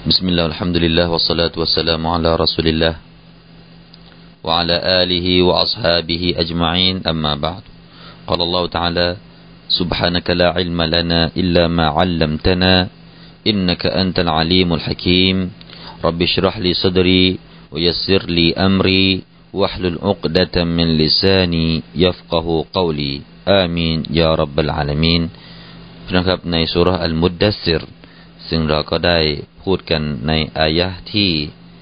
بسم الله والحمد لله والصلاة والسلام على رسول الله وعلى آله وأصحابه أجمعين أما بعد قال الله تعالى سبحانك لا علم لنا إلا ما علمتنا إنك أنت العليم الحكيم رب اشرح لي صدري ويسر لي أمري واحلل عقدة من لساني يفقه قولي آمين يا رب العالمين นะครับในซูเราะห์อัลมุดดัสซิรซึ่งเราก็ได้พูดกันในอายะห์ที่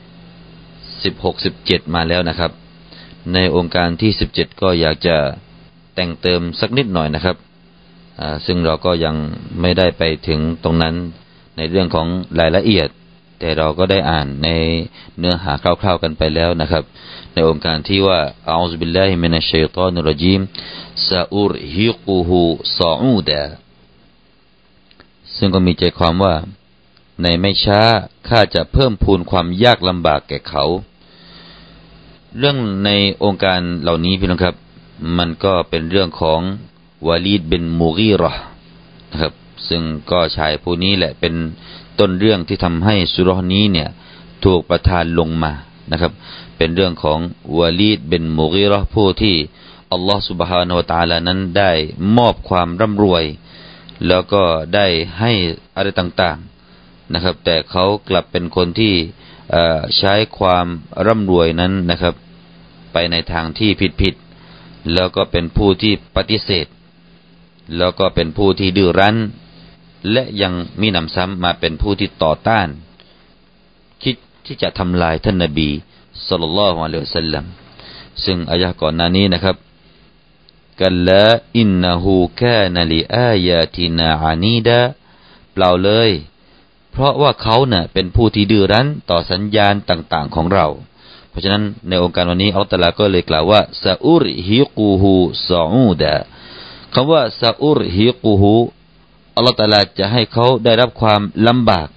16-17มาแล้วนะครับในองค์การที่17ก็อยากจะแต่งเติมสักนิดหน่อยนะครับซึ่งเราก็ยังไม่ได้ไปถึงตรงนั้นในเรื่องของรายละเอียดแต่เราก็ได้อ่านในเนื้อหาคร่าวๆกันไปแล้วนะครับในองค์การที่ว่าอะอูซุบิลลาฮิมินัชชัยฏอนิรเราะญีมซะอุรฮิกุฮุศออูดะซึ่งก็มีใจความว่าในไม่ช้าข้าจะเพิ่มพูนความยากลำบากแก่เขาเรื่องในองค์การเหล่านี้พี่น้องครับมันก็เป็นเรื่องของวาลีดบินมูกีเราะห์นะครับซึ่งก็ชายผู้นี้แหละเป็นต้นเรื่องที่ทำให้ซูเราะห์นี้เนี่ยถูกประทานลงมานะครับเป็นเรื่องของวาลีดบินมูกีเราะห์ผู้ที่อัลลอฮฺซุบฮานะฮูวะตะอาลานั้นได้มอบความร่ำรวยแล้วก็ได้ให้อะไรต่างๆนะครับแต่เขากลับเป็นคนที่ใช้ความร่ำรวยนั้นนะครับไปในทางที่ผิดๆแล้วก็เป็นผู้ที่ปฏิเสธแล้วก็เป็นผู้ที่ดื้อรั้นและยังมีหนำซ้ำมาเป็นผู้ที่ต่อต้านคิดที่จะทำลายท่านนบีศ็อลลัลลอฮุอะลัยฮิวะซัลลัมซึ่งอายะห์ก่อนหน้านี้นะครับกัลลาอินนะฮูกานะลิอายาตินาอานีดะเปล่าเลยเพราะว่าเขาเนี่ยเป็นผู้ที่ดื้อรั้นต่อสัญญาณต่างๆของเราเพราะฉะนั้นในองค์การวันนี้อัลเลาะห์ตะอาลาก็เลยกล่าวว่าซะอุรฮิกุฮุศออูดะคำว่าซะอุรฮิกุฮุอัลเลาะห์ตะอาลาจะให้เขาได้รับความลำบาก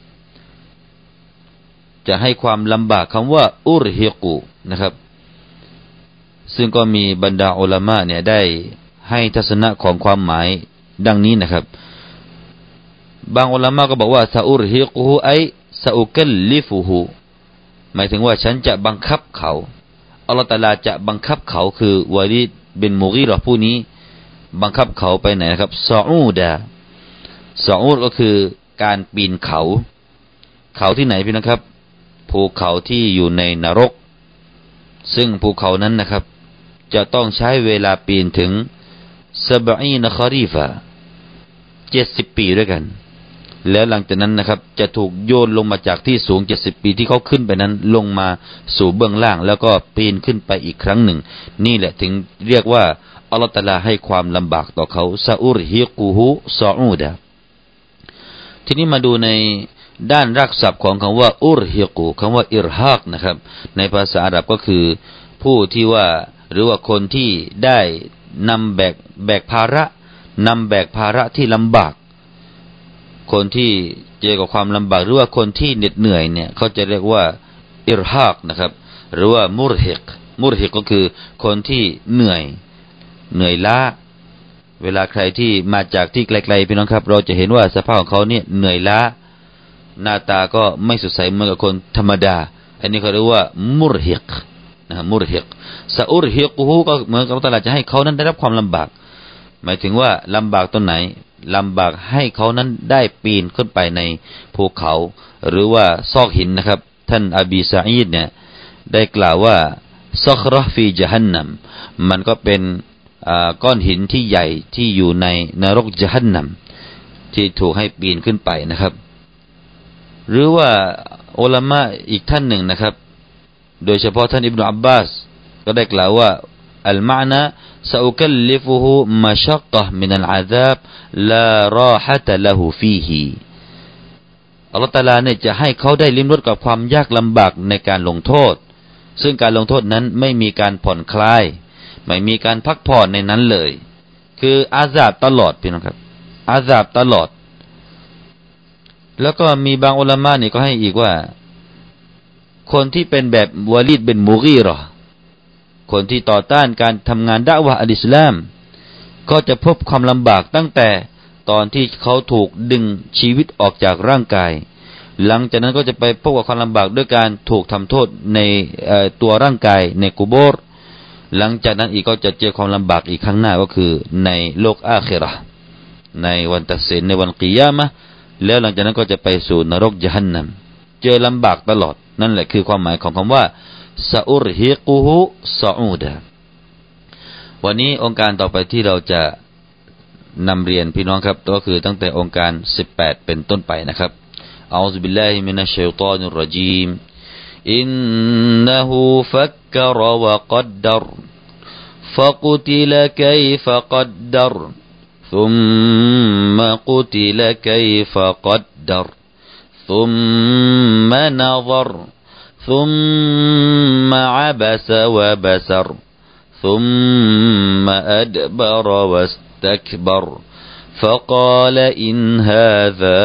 จะให้ความลำบากคำว่าอุรฮิกุนะครับซึ่งก็มีบรรดาอุลามะเนี่ยได้ให้ทัศนะของความหมายดังนี้นะครับบางอุลามะก็บอกว่าซะอุรฮิกุฮุไอซะอุกัลลิฟุฮุหมายถึงว่าฉันจะบังคับเขาอัลเลาะห์ตะอาลาจะบังคับเขาคือวาลิดบินมุกีเราะห์ผู้นี้บังคับเขาไปไหนนะครับซออูดะซออูดก็คือการปีนเขาเขาที่ไหนพี่นะครับภูเขาที่อยู่ในนรกซึ่งภูเขานั้นนะครับจะต้องใช้เวลาปีนถึง70คอรีฟะ70ปีด้วยกันแล้วหลังจากนั้นนะครับจะถูกโยนลงมาจากที่สูง70ปีที่เขาขึ้นไปนั้นลงมาสู่เบื้องล่างแล้วก็ปีนขึ้นไปอีกครั้งหนึ่งนี่แหละถึงเรียกว่าอัลเลาะห์ตะอาลาให้ความลำบากต่อเขาซะอุรฮิกุฮุศออูดะทีนี้มาดูในด้านรากศัพท์ของคำว่าอุรฮิกุคำว่าอิรฮากนะครับในภาษาอาหรับก็คือผู้ที่ว่าหรือว่าคนที่ได้นำแบกภาระนำแบกภาระที่ลำบากคนที่เจอกับความลำบากหรือว่าคนที่เหน็ดเหนื่อยเนี่ยเขาจะเรียกว่าอิรฮากนะครับหรือว่ามุรฮิกก็คือคนที่เหนื่อยล้าเวลาใครที่มาจากที่ไกลๆพี่น้องครับเราจะเห็นว่าสภาพของเขาเนี่ยเหนื่อยล้าหน้าตาก็ไม่สดใสเหมือนกับคนธรรมดาอันนี้เขาเรียกว่ามุรฮิกนะมุรฮิกซะอุรฮิกุฮุก็เหมือนกับอัลเลาะห์จะให้เขานั้นได้รับความลำบากหมายถึงว่าลำบากตรงไหนลำบากให้เขานั้นได้ปีนขึ้นไปในภูเขาหรือว่าซอกหินนะครับท่านอบีซาอีดเนี่ยได้กล่าวว่าซัคเราะห์ฟีญะฮันนัมมันก็เป็นก้อนหินที่ใหญ่ที่อยู่ในนรกญะฮันนัมที่ถูกให้ปีนขึ้นไปนะครับหรือว่าอุลามะอีกท่านหนึ่งนะครับโดยเฉพาะท่านอิบนุอับบาสก็ได้กล่าวว่าอัลมานะซะอุกัลลิฟุฮุมะชักกะห์มินัลอาซาบลาราฮะตะละฮูฟีฮิอัลเลาะห์ตะอาลาเนี่ยจะให้เขาได้ลิ้มรสกับความยากลำบากในการลงโทษซึ่งการลงโทษนั้นไม่มีการผ่อนคลายไม่มีการพักผ่อนในนั้นเลยคืออาซาบตลอดพี่น้องครับอาซาบตลอดแล้วก็มีบางอุลามะนี่ก็ให้อีกว่าคนที่เป็นแบบวาลิดบินมุกีเราะห์คนที่ต่อต้านการทำงานดะอ์วะห์อัลอิสลามก็จะพบความลำบากตั้งแต่ตอนที่เขาถูกดึงชีวิตออกจากร่างกายหลังจากนั้นก็จะไปพบกับความลำบากด้วยการถูกทำโทษในตัวร่างกายในกุโบร์หลังจากนั้นอีกก็จะเจอความลำบากอีกข้างหน้าก็คือในโลกอาคิเราะห์ในวันตัดสินในวันกิยามะห์แล้วหลังจากนั้นก็จะไปสู่นรกญะฮันนัมเจอลำบากตลอดนั่นแหละคือความหมายของคำว่าซาอุรฮิกุฮุซออูดะวันนี้องค์การต่อไปที่เราจะนำเรียนพี่น้องครับก็คือตั้งแต่องค์การ18เป็นต้นไปนะครับอะอูซุบิลลาฮิมินัชชัยฏอนิรเราะญีมอินนะฮูฟักกะรวะกัดดัรفقتل كيف قدر ثم قتل كيف قدر ثم نظر ثم عبس وبسر ثم أدبر واستكبر فقال إن هذا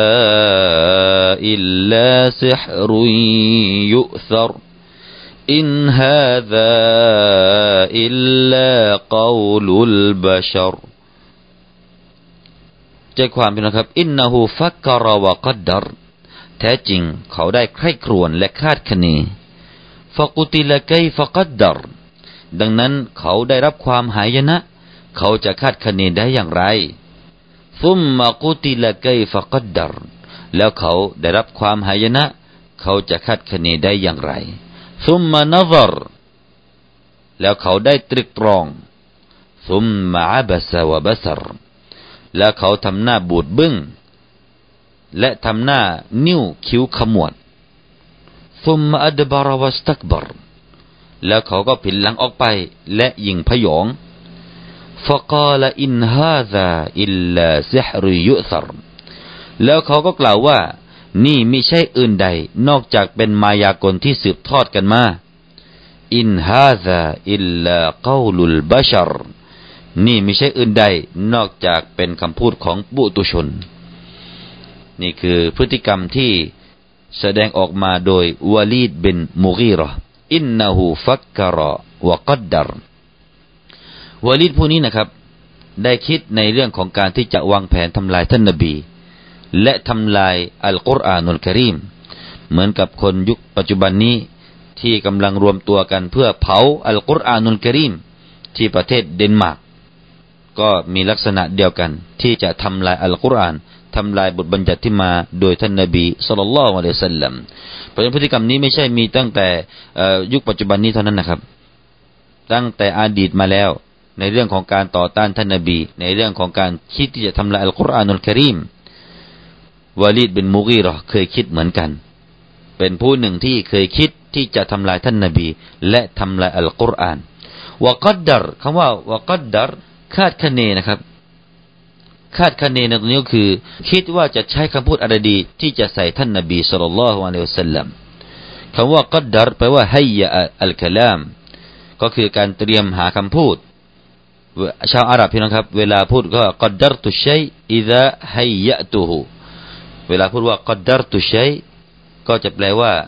إلا سحر يؤثر إن هذا إلا قول البشر ใจความเป็นนะครับอินนะฮูฟักกะรวะกัดดัรแท้จริงเขาได้ใคร่ครวญและคาดคะเนฟะกุติละกัยฟะกัดดัรดังนั้นเขาได้รับความหายนะเขาจะคาดคะเนได้อย่างไรซุมมะกุติละกัยฟะกัดดัรแล้วเขาได้รับความหายนะเขาจะคาดคะเนได้อย่างไรซุมมะนะซัรแล้วเขาได้ตรึกตรองซุมมะอะบะซะวะบะซัรแล้วเขาทำหน้าบูดบึ้งและทำหน้านิ้วคิ้วขมวดซุมมะอัดบะรวัสตักบัรแล้วเขาก็ผินหลังออกไปและยิงพยองฟะกาลอินฮาซาอิลลาซิฮรุยุซัรแล้วเขาก็กล่าวว่านี่มิใช่อื่นใดนอกจากเป็นมายากลที่สืบทอดกันมาอินฮาซาอิลลากอลุลบะชัรนี่มิใช่อื่นใดนอกจากเป็นคำพูดของปุถุชนนี่คือพฤติกรรมที่แสดงออกมาโดยวะลีดบินมุกีเราะห์อินนะฮูฟักกะรอวะกัดดัรวะลีดผู้นี้นะครับได้คิดในเรื่องของการที่จะวางแผนทำลายท่านนบีและทำลายอัลกุรอานุลกะรีมเหมือนกับคนยุคปัจจุบันนี้ที่กำลังรวมตัวกันเพื่อเผาอัลกุรอานุลกะรีมที่ประเทศเดนมาร์กก็มีลักษณะเดียวกันที่จะทำลายอัลกุรอานทำลายบทบัญญัติที่มาโดยท่านนบีศ็อลลัลลอฮุอะลัยฮิวะซัลลัมเพราะฉะนั้นพฤติกรรมนี้ไม่ใช่มีตั้งแต่ยุคปัจจุบันนี้เท่านั้นนะครับตั้งแต่อดีตมาแล้วในเรื่องของการต่อต้านท่านนบีในเรื่องของการคิดที่จะทำลายอัลกุรอานุลกะรีมวะลีดบินมุกีเราะห์เคยคิดเหมือนกันเป็นผู้หนึ่งที่เคยคิดที่จะทำลายท่านนบีและทำลายอัลกุรอานวะกัดดัรคำว่าวะกัดดัรคาดคะเนนะครับคาดคะเนในตรงนี้ก็คือคิดว่าจะใช้คำพูดอะไรดีที่จะใส่ท่านนบีศ็อลลัลลอฮุอะลัยฮิวะซัลลัมคำว่ากัดดัรแปลว่าฮัยยะอัลกะลามก็คือการเตรียมหาคำพูดชาวอาหรับพี่น้องครับเวลาพูดก็กัดดัรตุชัยอิซาฮัยยะตุฮูเวลาพูดว่ากัดดัรตุชัยก็จะแปลว่า